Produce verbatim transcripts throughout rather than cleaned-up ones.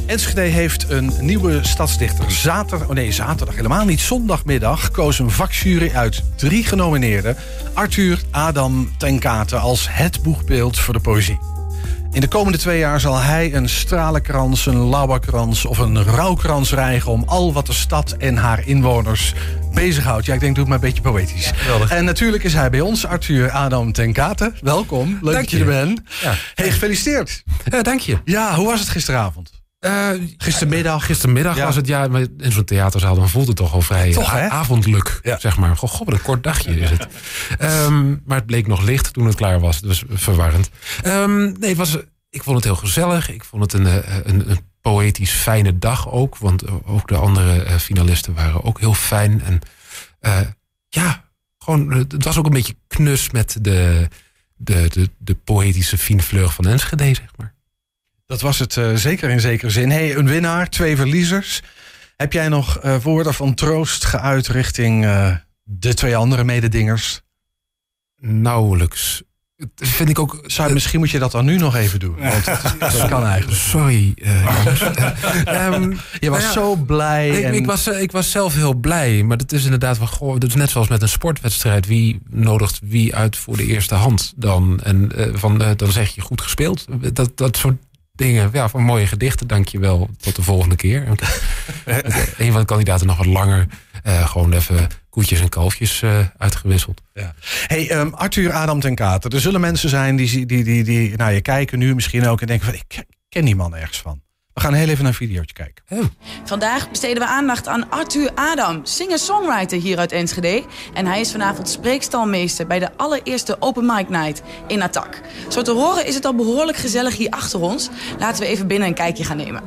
Enschede heeft een nieuwe stadsdichter. Zaterdag, oh nee, zaterdag helemaal niet. Zondagmiddag koos een vakjury uit drie genomineerden Arthur Adam ten Kate als het boegbeeld voor de poëzie. In de komende twee jaar zal hij een stralenkrans, een lauwerkrans of een rouwkrans rijgen om al wat de stad en haar inwoners bezighoudt. Ja, ik denk, doe het maar een beetje poëtisch. Geweldig. En natuurlijk is hij bij ons, Arthur Adam ten Kate. Welkom, leuk Dank dat je je. er bent. Ja. Hey, gefeliciteerd. Uh, dank je. Ja, hoe was het gisteravond? Uh, Gistermiddag. Gistermiddag Ja. was het, ja, maar in zo'n theaterzaal dan voelt het toch al vrij Toch, hè? a- avondelijk, Ja. zeg maar. Goh, god, wat een kort dagje is het. Um, maar het bleek nog licht toen het klaar was, dus verwarrend. Um, nee, het was, ik vond het heel gezellig. Ik vond het een, een, een poëtisch fijne dag ook, want ook de andere uh, finalisten waren ook heel fijn. En uh, ja, gewoon, het was ook een beetje knus met de, de, de, de poëtische fine fleur van Enschede, zeg maar. Dat was het uh, zeker in zekere zin. Hey, een winnaar, twee verliezers. Heb jij nog uh, woorden van troost geuit richting uh, de twee andere mededingers? Nauwelijks. Dat vind ik ook. Zou, misschien moet je dat dan nu nog even doen. Want dat, dat kan eigenlijk. Sorry. Uh, um, je was nou ja, zo blij. Ik, en... ik, was, ik was zelf heel blij. Maar het is inderdaad wel. Goh, dat is net zoals met een sportwedstrijd. Wie nodigt wie uit voor de eerste hand dan? En uh, van, uh, dan zeg je goed gespeeld. Dat, dat soort dingen. Ja, van mooie gedichten. Dank je wel. Tot de volgende keer. Een van de kandidaten nog wat langer. Uh, gewoon even koetjes en kalfjes uh, uitgewisseld. Ja. Hey, um, Arthur Adam ten Kate. Er zullen mensen zijn die, die, die, die naar je kijken nu misschien ook en denken van ik ken die man ergens van. We gaan heel even naar een videootje kijken. Oh. Vandaag besteden we aandacht aan Arthur Adam, singer-songwriter hier uit Enschede. En hij is vanavond spreekstalmeester bij de allereerste Open Mic Night in Attack. Zo te horen is het al behoorlijk gezellig hier achter ons. Laten we even binnen een kijkje gaan nemen.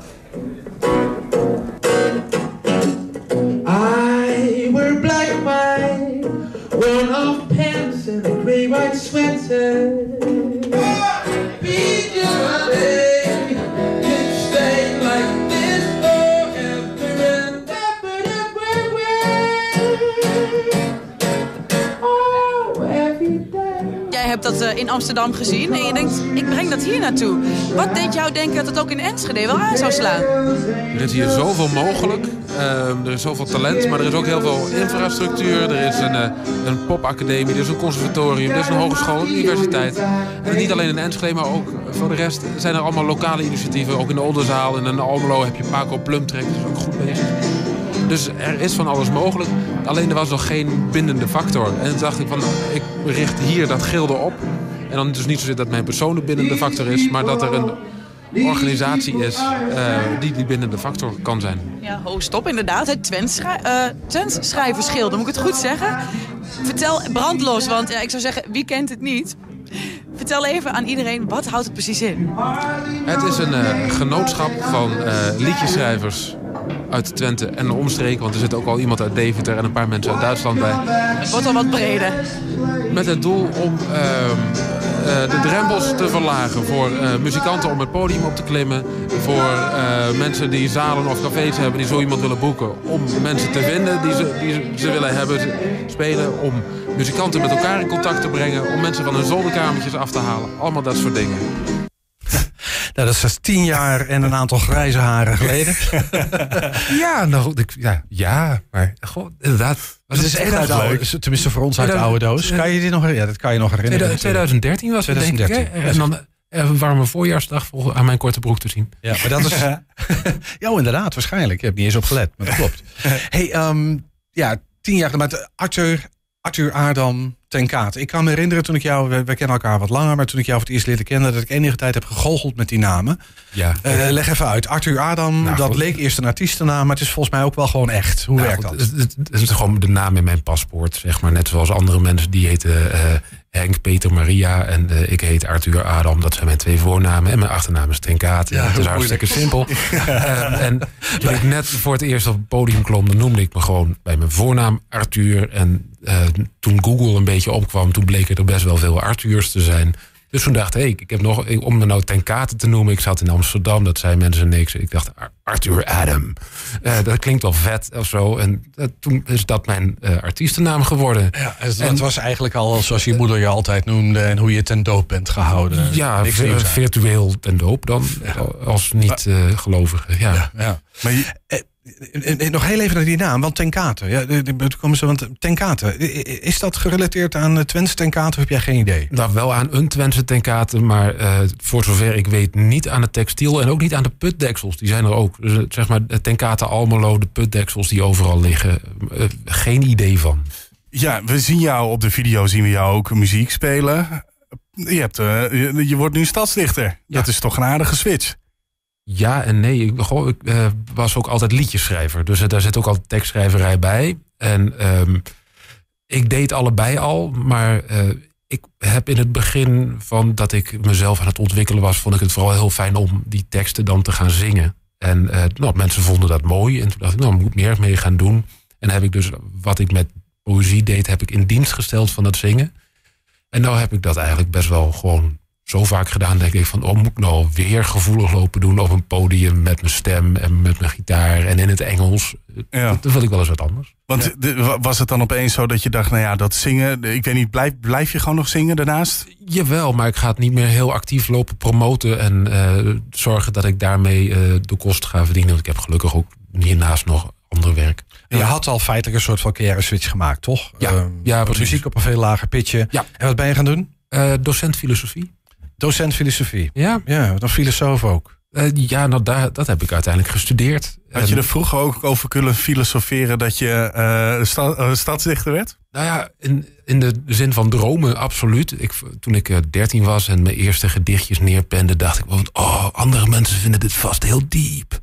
I wear black and white, worn off pants and a grey white sweater. Be your day, you stay like this forever and ever and ever. Oh, every day. Jij hebt dat uh, in Amsterdam gezien en je denkt, ik breng dat hier naartoe. Wat deed jou denken dat het ook in Enschede wel aan zou slaan? Er is hier zoveel mogelijk. Uh, er is zoveel talent, maar er is ook heel veel infrastructuur. Er is een, uh, een popacademie, er is een conservatorium, er is een hogeschool, een universiteit. En niet alleen in Enschede, maar ook voor de rest zijn er allemaal lokale initiatieven. Ook in de Oldenzaal en in Almelo heb je Paco Plumtrek, dat is ook goed bezig. Dus er is van alles mogelijk. Alleen er was nog geen bindende factor. En toen dacht ik van, ik richt hier dat gilde op. En dan dus niet zozeer dat mijn persoon de bindende factor is, maar dat er een organisatie is uh, die die bindende factor kan zijn. Ja, ho, stop inderdaad. Het Twents-schrijversgilde, uh, moet ik het goed zeggen? Vertel brandlos, want ja, ik zou zeggen, wie kent het niet? Vertel even aan iedereen, wat houdt het precies in? Het is een uh, genootschap van uh, liedjeschrijvers uit Twente en de omstreken. Want er zit ook al iemand uit Deventer en een paar mensen uit Duitsland bij. Het wordt al wat breder. Met het doel om uh, uh, de drempels te verlagen voor uh, muzikanten om het podium op te klimmen. Voor uh, mensen die zalen of cafés hebben die zo iemand willen boeken. Om mensen te vinden die ze, die ze willen hebben spelen. Om muzikanten met elkaar in contact te brengen. Om mensen van hun zolderkamertjes af te halen. Allemaal dat soort dingen. Nou, dat is dus tien jaar en een aantal grijze haren geleden. Ja, nou, ik, ja, ja, maar goh, inderdaad. Was het is echt uit de oude, tenminste voor ons uit de oude doos. Kan je dit nog herinneren? Ja, dat kan je nog herinneren. twintig dertien was het, denk ik. Hè? En dan een warme voorjaarsdag aan mijn korte broek te zien. Ja, maar dat is... ja, inderdaad, waarschijnlijk. Je hebt niet eens op gelet, maar dat klopt. Hey, um, ja, tien jaar geleden. Arthur, Arthur Adam ten Kate. Ik kan me herinneren toen ik jou... We, we kennen elkaar wat langer, maar toen ik jou voor het eerst leerde kennen... dat ik enige tijd heb gegoocheld met die namen. Ja. Uh, leg even uit. Arthur Adam, nou, dat goed. Leek eerst een artiestennaam... maar het is volgens mij ook wel gewoon echt. Hoe nou, werkt goed, dat? Het, het is gewoon de naam in mijn paspoort, zeg maar. Net zoals andere mensen die heten uh, Henk, Peter, Maria... en uh, ik heet Arthur Adam. Dat zijn mijn twee voornamen. En mijn achternaam is ten Kate. Ja, het is hartstikke simpel. uh, en toen ik net voor het eerst op het podium klom... dan noemde ik me gewoon bij mijn voornaam Arthur... en Uh, toen Google een beetje opkwam, toen bleken er best wel veel Arthurs te zijn. Dus toen dacht ik, ik heb nog, om me nou ten kate te noemen, ik zat in Amsterdam, dat zei mensen niks. Ik dacht, Arthur Adam, uh, dat klinkt wel vet of zo. En uh, toen is dat mijn uh, artiestennaam geworden. Ja, het, en, het was eigenlijk al zoals je moeder je altijd noemde en hoe je ten doop bent gehouden. Ja, v- virtueel ten doop dan, ja. als niet-gelovige. Uh, ja. Ja, ja. Maar je, eh, nog heel even naar die naam, want ten kate. Ja, komen ze, want ten kate, is dat gerelateerd aan Twentse ten kate of heb jij geen idee? Nou, wel aan een Twentse ten kate, maar uh, voor zover ik weet niet aan het textiel en ook niet aan de putdeksels. Die zijn er ook. Dus, zeg maar ten kate Almelo, de putdeksels die overal liggen. Uh, geen idee van. Ja, we zien jou op de video, zien we jou ook muziek spelen. Je, hebt, uh, je, je wordt nu stadsdichter. Ja. Dat is toch een aardige switch. Ja en nee. Ik, goh, ik uh, was ook altijd liedjeschrijver. Dus uh, daar zit ook altijd tekstschrijverij bij. En um, ik deed allebei al. Maar uh, ik heb in het begin van dat ik mezelf aan het ontwikkelen was, vond ik het vooral heel fijn om die teksten dan te gaan zingen. En uh, nou, mensen vonden dat mooi. En toen dacht ik, nou, ik moet meer mee gaan doen. En heb ik dus wat ik met poëzie deed, heb ik in dienst gesteld van dat zingen. En nou heb ik dat eigenlijk best wel gewoon zo vaak gedaan, denk ik van, oh, moet ik nou weer gevoelig lopen doen op een podium met mijn stem en met mijn gitaar en in het Engels. Ja. Dat wil ik wel eens wat anders. Want ja. de, was het dan opeens zo dat je dacht, nou ja, dat zingen, ik weet niet, blijf, blijf je gewoon nog zingen daarnaast? Jawel, maar ik ga het niet meer heel actief lopen promoten en uh, zorgen dat ik daarmee uh, de kosten ga verdienen. Want ik heb gelukkig ook hiernaast nog ander werk. Je ja. had al feitelijk een soort van carrière switch gemaakt, toch? Ja, uh, ja precies. Muziek op een veel lager pitje. Ja. En wat ben je gaan doen? Uh, docent filosofie. Docent filosofie? Ja. Ja, dan filosoof ook. Uh, ja, nou, daar, dat heb ik uiteindelijk gestudeerd. Had je er vroeger ook over kunnen filosoferen dat je uh, sta, uh, stadsdichter werd? Nou ja, in, in de zin van dromen, absoluut. Ik, toen ik uh, dertien was en mijn eerste gedichtjes neerpende, dacht ik, oh, andere mensen vinden dit vast heel diep.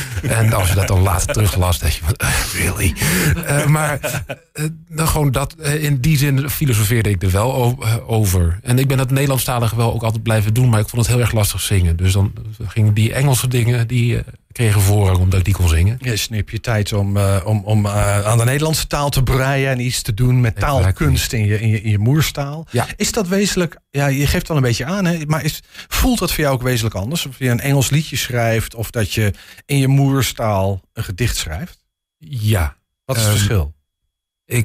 En als je dat dan later teruglas, dacht je van, uh, really? Uh, maar uh, dan gewoon dat, uh, in die zin filosofeerde ik er wel o- uh, over. En ik ben het Nederlandstalige wel ook altijd blijven doen, maar ik vond het heel erg lastig zingen. Dus dan gingen die Engelse dingen, die uh, kregen voorrang omdat ik die kon zingen. Je snip je tijd om, uh, om, om uh, aan de Nederlandse taal te breien en iets te doen met taalkunst in je, in je, in je moerstaal. Ja. Is dat wezenlijk, ja, je geeft wel een beetje aan, hè, maar is, voelt dat voor jou ook wezenlijk anders? Of je een Engels liedje schrijft of dat je in je moerstaal een gedicht schrijft? Ja. Wat is het um, verschil? Ik,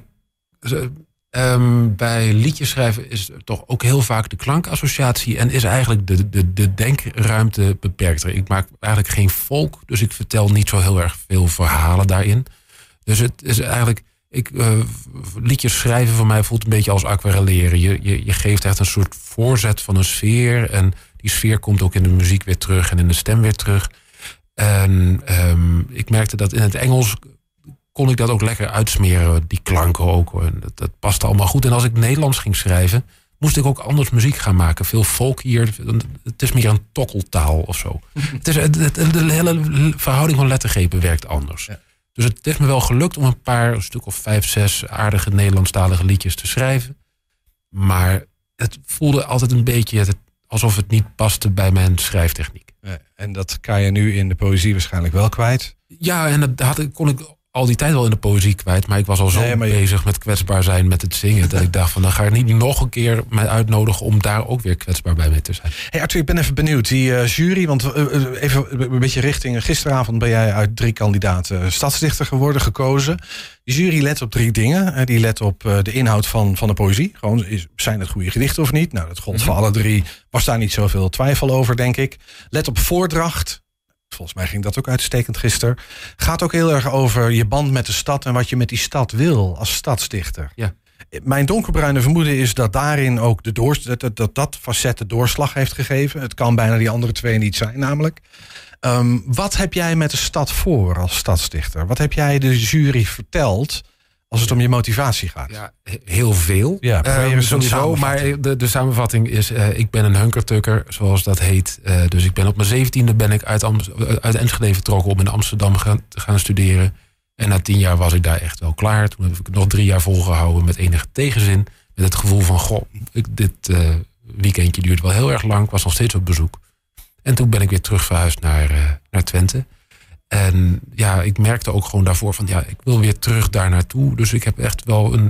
um, bij liedjes schrijven is toch ook heel vaak de klankassociatie en is eigenlijk de, de, de denkruimte beperkter. Ik maak eigenlijk geen folk, dus ik vertel niet zo heel erg veel verhalen daarin. Dus het is eigenlijk, ik, uh, liedjes schrijven voor mij voelt een beetje als aquarelleren. Je, je, je geeft echt een soort voorzet van een sfeer en die sfeer komt ook in de muziek weer terug en in de stem weer terug. En um, ik merkte dat in het Engels kon ik dat ook lekker uitsmeren, die klanken ook. En dat, dat paste allemaal goed. En als ik Nederlands ging schrijven, moest ik ook anders muziek gaan maken. Veel folkier. Het is meer een tokkeltaal of zo. Het is, het, het, de hele verhouding van lettergrepen werkt anders. Ja. Dus het is me wel gelukt om een paar, een stuk of vijf, zes aardige Nederlandstalige liedjes te schrijven. Maar het voelde altijd een beetje alsof het niet paste bij mijn schrijftechniek. Ja, en dat kan je nu in de poëzie waarschijnlijk wel kwijt? Ja, en dat had, kon ik al die tijd wel in de poëzie kwijt. Maar ik was al zo nee, bezig met kwetsbaar zijn met het zingen. Dat ik dacht van, dan ga ik niet nog een keer mij uitnodigen om daar ook weer kwetsbaar bij mee te zijn. Hey Arthur, ik ben even benieuwd. Die uh, jury, want uh, even een beetje richting gisteravond ben jij uit drie kandidaten stadsdichter geworden, gekozen. Die jury let op drie dingen. Die let op uh, de inhoud van, van de poëzie. Gewoon, is, zijn het goede gedichten of niet? Nou, dat gold mm-hmm. voor alle drie. Was daar niet zoveel twijfel over, denk ik. Let op voordracht. Volgens mij ging dat ook uitstekend gisteren. Gaat ook heel erg over je band met de stad en wat je met die stad wil als stadsdichter. Ja. Mijn donkerbruine vermoeden is dat daarin ook de doors, dat, dat, dat facet de doorslag heeft gegeven. Het kan bijna die andere twee niet zijn, namelijk. Um, wat heb jij met de stad voor als stadsdichter? Wat heb jij de jury verteld als het om je motivatie gaat? Ja, heel veel. Ja, uh, sowieso, maar de, de samenvatting is, uh, ik ben een hunkertukker, zoals dat heet. Uh, dus ik ben op mijn zeventiende ben ik uit, Am- uit Enschede vertrokken om in Amsterdam gaan, te gaan studeren. En na tien jaar was ik daar echt wel klaar. Toen heb ik het nog drie jaar volgehouden met enige tegenzin. Met het gevoel van, goh, ik, dit uh, weekendje duurt wel heel erg lang. Ik was nog steeds op bezoek. En toen ben ik weer terug verhuisd naar, uh, naar Twente. En ja, ik merkte ook gewoon daarvoor van, ja, ik wil weer terug daar naartoe. Dus ik heb echt wel een,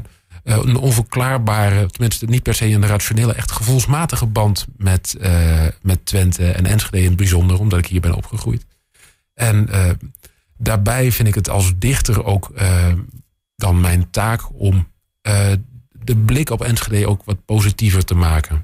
uh, een onverklaarbare, tenminste niet per se een rationele, echt gevoelsmatige band met, uh, met Twente en Enschede in het bijzonder, omdat ik hier ben opgegroeid. En uh, daarbij vind ik het als dichter ook uh, dan mijn taak om uh, de blik op Enschede ook wat positiever te maken.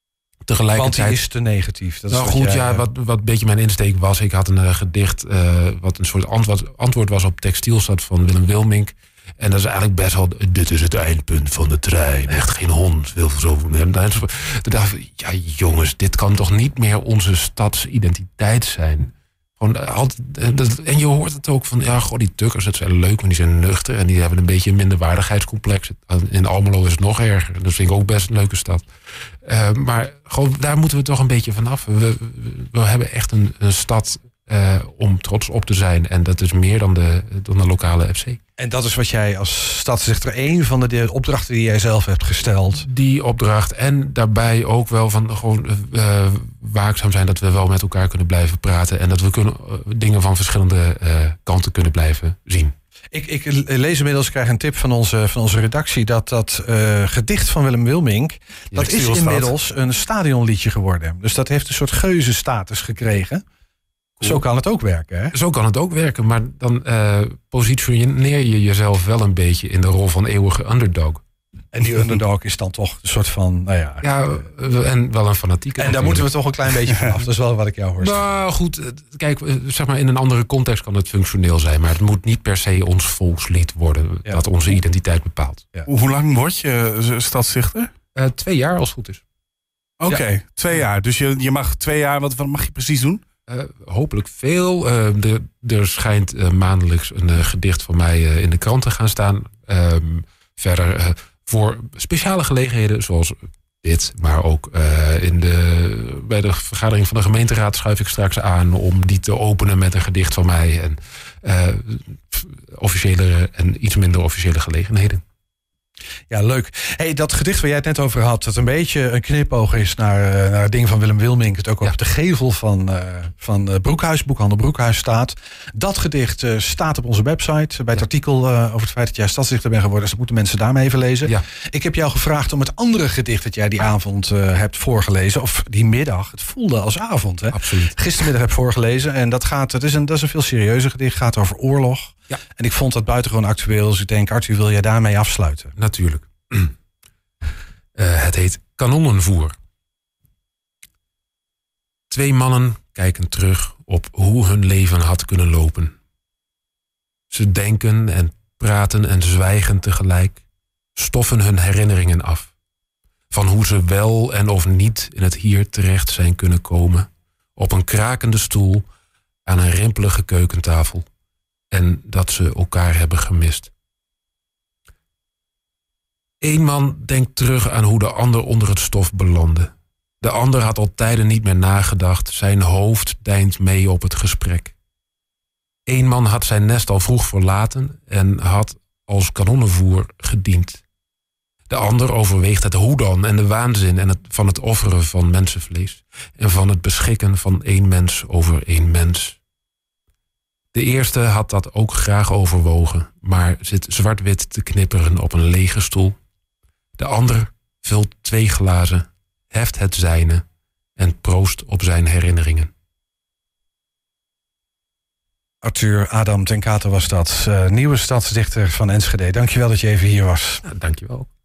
Want die is te negatief. Dat is nou wat goed, jij, ja, wat, wat een beetje mijn insteek was. Ik had een uh, gedicht uh, wat een soort antwoord, antwoord was op Textielstad van Willem Wilmink. En dat is eigenlijk best wel, dit is het eindpunt van de trein. Echt geen hond wil zo. Toen dacht ik, ja jongens, dit kan toch niet meer onze stadsidentiteit zijn. Gewoon, altijd, en je hoort het ook van, ja, goh, die tukkers, dat zijn leuk, maar die zijn nuchter. En die hebben een beetje een minderwaardigheidscomplex. In Almelo is het nog erger. Dat vind ik ook best een leuke stad. Uh, maar gewoon, daar moeten we toch een beetje vanaf. We, we, we hebben echt een, een stad uh, om trots op te zijn. En dat is meer dan de, dan de lokale F C. En dat is wat jij als stadsdichter, één van de, de opdrachten die jij zelf hebt gesteld. Die opdracht en daarbij ook wel van gewoon uh, waakzaam zijn dat we wel met elkaar kunnen blijven praten. En dat we kunnen, uh, dingen van verschillende uh, kanten kunnen blijven zien. Ik, ik lees inmiddels, ik krijg een tip van onze, van onze redactie, dat dat uh, gedicht van Willem Wilmink, dat is inmiddels een stadionliedje geworden. Dus dat heeft een soort geuzenstatus gekregen. Zo kan het ook werken, hè? Zo kan het ook werken, maar dan uh, positioneer je jezelf wel een beetje in de rol van eeuwige underdog. En die underdog is dan toch een soort van, nou ja... Ja, en wel een fanatieke. En daar moeten we toch een klein beetje vanaf. Dat is wel wat ik jou hoor. Nou goed, kijk, zeg maar in een andere context kan het functioneel zijn, maar het moet niet per se ons volkslied worden, ja, dat onze identiteit bepaalt. Ja. Hoe lang word je stadsdichter? Uh, twee jaar als het goed is. Oké, okay, ja. twee jaar. Dus je, je mag twee jaar, wat, wat mag je precies doen? Uh, hopelijk veel. Uh, de, er schijnt uh, maandelijks een uh, gedicht van mij uh, in de krant te gaan staan. Uh, verder uh, voor speciale gelegenheden zoals dit. Maar ook uh, in de, bij de vergadering van de gemeenteraad schuif ik straks aan om die te openen met een gedicht van mij. En uh, officiële en iets minder officiële gelegenheden. Ja, leuk. Hey, dat gedicht waar jij het net over had, dat een beetje een knipoog is naar, naar het ding van Willem Wilmink, het ook ja. op de gevel van, uh, van Broekhuis, boekhandel Broekhuis staat. Dat gedicht uh, staat op onze website, bij het ja. artikel uh, over het feit dat jij stadsdichter bent geworden. Dus dat moeten mensen daarmee even lezen. Ja. Ik heb jou gevraagd om het andere gedicht dat jij die avond uh, hebt voorgelezen, of die middag, het voelde als avond, hè? Absoluut. Gistermiddag heb voorgelezen en dat gaat, het is een, dat is een veel serieuzer gedicht, gaat over oorlog. Ja. En ik vond dat buitengewoon actueel. Dus ik denk, Arthur, wil jij daarmee afsluiten? Natuurlijk. Uh, het heet Kanonnenvoer. Twee mannen kijken terug op hoe hun leven had kunnen lopen. Ze denken en praten en zwijgen tegelijk, stoffen hun herinneringen af. Van hoe ze wel en of niet in het hier terecht zijn kunnen komen. Op een krakende stoel, aan een rimpelige keukentafel. En dat ze elkaar hebben gemist. Eén man denkt terug aan hoe de ander onder het stof belandde. De ander had al tijden niet meer nagedacht. Zijn hoofd deint mee op het gesprek. Eén man had zijn nest al vroeg verlaten en had als kanonnenvoer gediend. De ander overweegt het hoe dan en de waanzin en het, van het offeren van mensenvlees. En van het beschikken van één mens over één mens. De eerste had dat ook graag overwogen, maar zit zwart-wit te knipperen op een lege stoel. De ander vult twee glazen, heft het zijne en proost op zijn herinneringen. Arthur Adam ten Kate was dat, uh, nieuwe stadsdichter van Enschede. Dankjewel dat je even hier was. Ja, dankjewel.